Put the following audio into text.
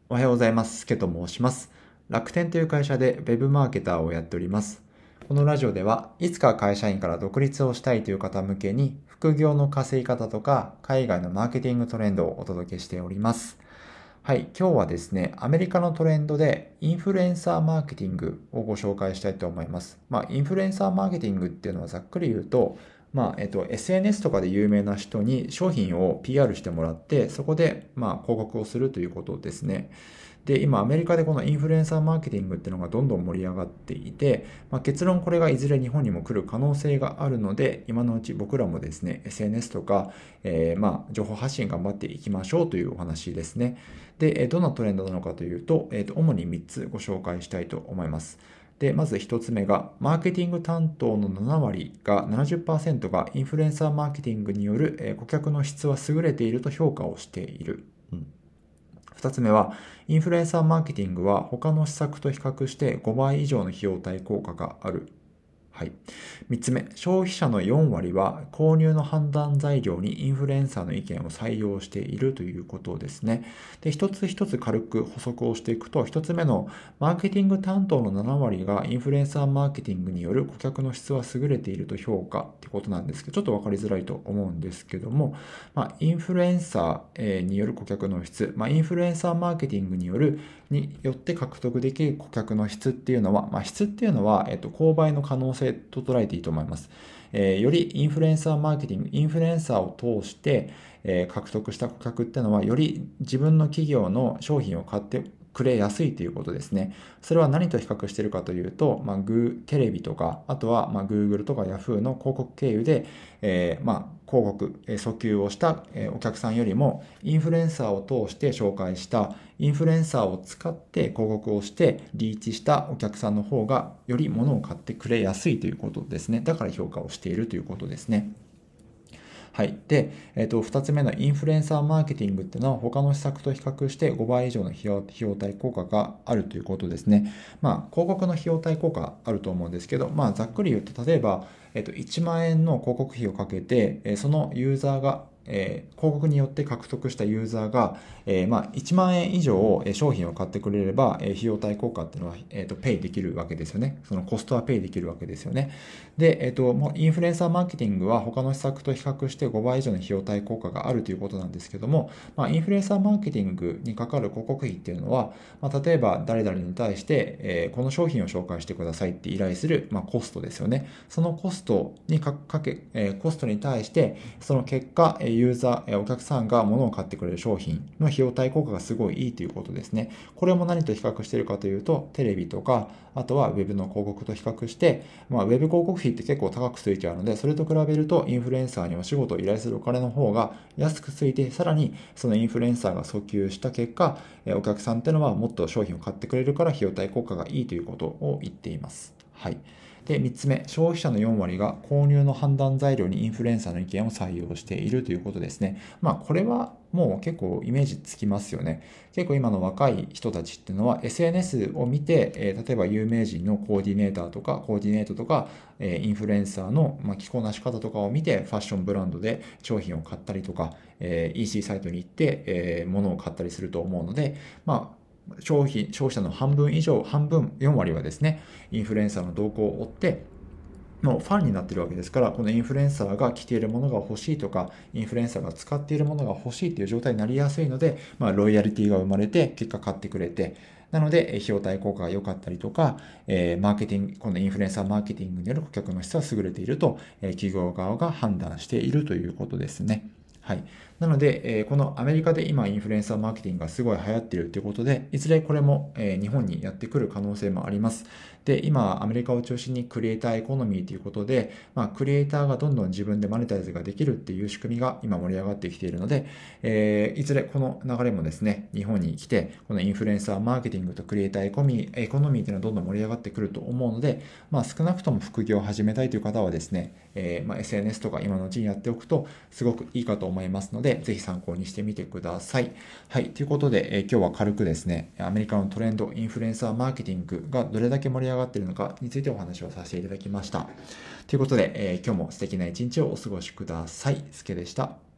おはようございます。スケと申します。楽天という会社でウェブマーケターをやっております。このラジオではいつか会社員から独立をしたいという方向けに副業の稼ぎ方とか海外のマーケティングトレンドをお届けしております。はい、今日はですね、アメリカのトレンドでインフルエンサーマーケティングをご紹介したいと思います。インフルエンサーマーケティングっていうのはざっくり言うと、SNS とかで有名な人に商品を PR してもらって、そこで、広告をするということですね。で、今アメリカでこのインフルエンサーマーケティングっていうのがどんどん盛り上がっていて、結論これがいずれ日本にも来る可能性があるので、今のうち僕らもですね、SNS とか、情報発信頑張っていきましょうというお話ですね。で、どんなトレンドなのかというと、主に3つご紹介したいと思います。で、まず1つ目が、マーケティング担当の7割が、70%がインフルエンサーマーケティングによる顧客の質は優れていると評価をしている。2つ目は、インフルエンサーマーケティングは他の施策と比較して5倍以上の費用対効果がある。はい。3つ目、消費者の4割は購入の判断材料にインフルエンサーの意見を採用しているということですね。で、一つ一つ軽く補足をしていくと、1つ目のマーケティング担当の7割がインフルエンサーマーケティングによる顧客の質は優れていると評価ってことなんですけど、ちょっとわかりづらいと思うんですけども、インフルエンサーによる顧客の質、インフルエンサーマーケティングによって獲得できる顧客の質っていうのは、質っていうのは、購買の可能性と捉えていいと思います。よりインフルエンサーマーケティング、インフルエンサーを通して、獲得した顧客っていうのは、より自分の企業の商品を買ってくれやすいということですね。それは何と比較しているかというと、テレビとか、あとはGoogle とか Yahoo の広告経由で、広告、訴求をした、お客さんよりも、インフルエンサーを通して紹介した、インフルエンサーを使って広告をしてリーチしたお客さんの方が、より物を買ってくれやすいということですね。だから評価をしているということですね。はい。で、2つ目のインフルエンサーマーケティングっていうのは他の施策と比較して5倍以上の費用対効果があるということですね。広告の費用対効果あると思うんですけど、ざっくり言うと、例えば、1万円の広告費をかけて、そのユーザーが、広告によって獲得したユーザーが、1万円以上商品を買ってくれれば、費用対効果っていうのは、ペイできるわけですよね。そのコストはペイできるわけですよね。で、もうインフルエンサーマーケティングは他の施策と比較して5倍以上の費用対効果があるということなんですけども、インフルエンサーマーケティングにかかる広告費っていうのは、例えば誰々に対して、この商品を紹介してくださいって依頼する、コストですよね。そのコストにコストに対して、その結果、ユーザー、お客さんが物を買ってくれる商品の費用対効果がすごいいいということですね。これも何と比較しているかというと、テレビとか、あとはウェブの広告と比較して、ウェブ広告費って結構高くついてあるので、それと比べるとインフルエンサーにお仕事を依頼するお金の方が安くついて、さらにそのインフルエンサーが訴求した結果、お客さんっていうのはもっと商品を買ってくれるから費用対効果がいいということを言っています。はい。で、3つ目、消費者の4割が購入の判断材料にインフルエンサーの意見を採用しているということですね。これはもう結構イメージつきますよね。結構今の若い人たちっていうのは SNS を見て、例えば有名人のコーディネーターとか、コーディネートとか、インフルエンサーの着こなし方とかを見て、ファッションブランドで商品を買ったりとか、EC サイトに行って、物を買ったりすると思うので、消費者の半分、4割はですね、インフルエンサーの動向を追って、もうファンになってるわけですから、このインフルエンサーが着ているものが欲しいとか、インフルエンサーが使っているものが欲しいという状態になりやすいので、ロイヤリティが生まれて、結果買ってくれて、なので、費用対効果が良かったりとか、このインフルエンサーマーケティングによる顧客の質は優れていると、企業側が判断しているということですね。はい。なので、このアメリカで今インフルエンサーマーケティングがすごい流行っているということで、いずれこれも、日本にやってくる可能性もあります。で、今アメリカを中心にクリエイターエコノミーということで、クリエイターがどんどん自分でマネタイズができるっていう仕組みが今盛り上がってきているので、いずれこの流れもですね、日本に来て、このインフルエンサーマーケティングとクリエイターエコノミーっていうのはどんどん盛り上がってくると思うので、少なくとも副業を始めたいという方はですね、SNS とか今のうちにやっておくとすごくいいかと思いますので、ぜひ参考にしてみてください。はい。ということで、今日は軽くですね、アメリカのトレンド、インフルエンサーマーケティングがどれだけ盛り上がっているのかについてお話をさせていただきました。ということで、今日も素敵な一日をお過ごしください。すけでした。